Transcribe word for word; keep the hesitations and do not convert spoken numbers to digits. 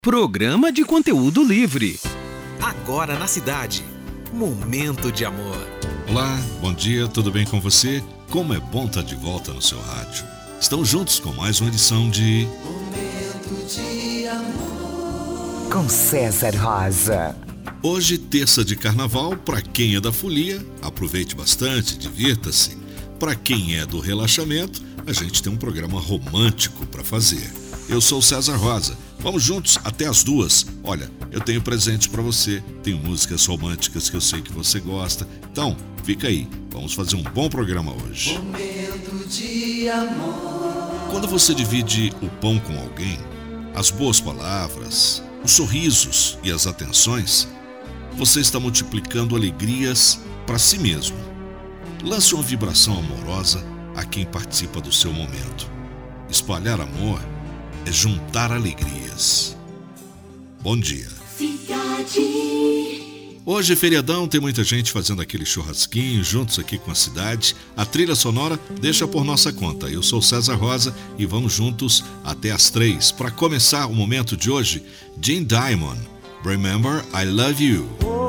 Programa de conteúdo livre. Agora na cidade. Momento de amor. Olá, bom dia, tudo bem com você? Como é bom estar de volta no seu rádio. Estamos juntos com mais uma edição de Momento de amor. Com César Rosa. Hoje, terça de carnaval, para quem é da folia, aproveite bastante, divirta-se. Para quem é do relaxamento, a gente tem um programa romântico para fazer. Eu sou o César Rosa. Vamos juntos até as duas. Olha, eu tenho presentes para você, tenho músicas românticas que eu sei que você gosta. Então, fica aí, vamos fazer um bom programa hoje. Momento de amor. Quando você divide o pão com alguém, as boas palavras, os sorrisos e as atenções, você está multiplicando alegrias para si mesmo. Lance uma vibração amorosa a quem participa do seu momento. Espalhar amor é juntar alegrias. Bom dia. Cidade. Hoje é feriadão, tem muita gente fazendo aquele churrasquinho juntos aqui com a cidade. A trilha sonora deixa por nossa conta. Eu sou César Rosa e vamos juntos até as três. Para começar o momento de hoje, Jane Diamond, Remember I Love You.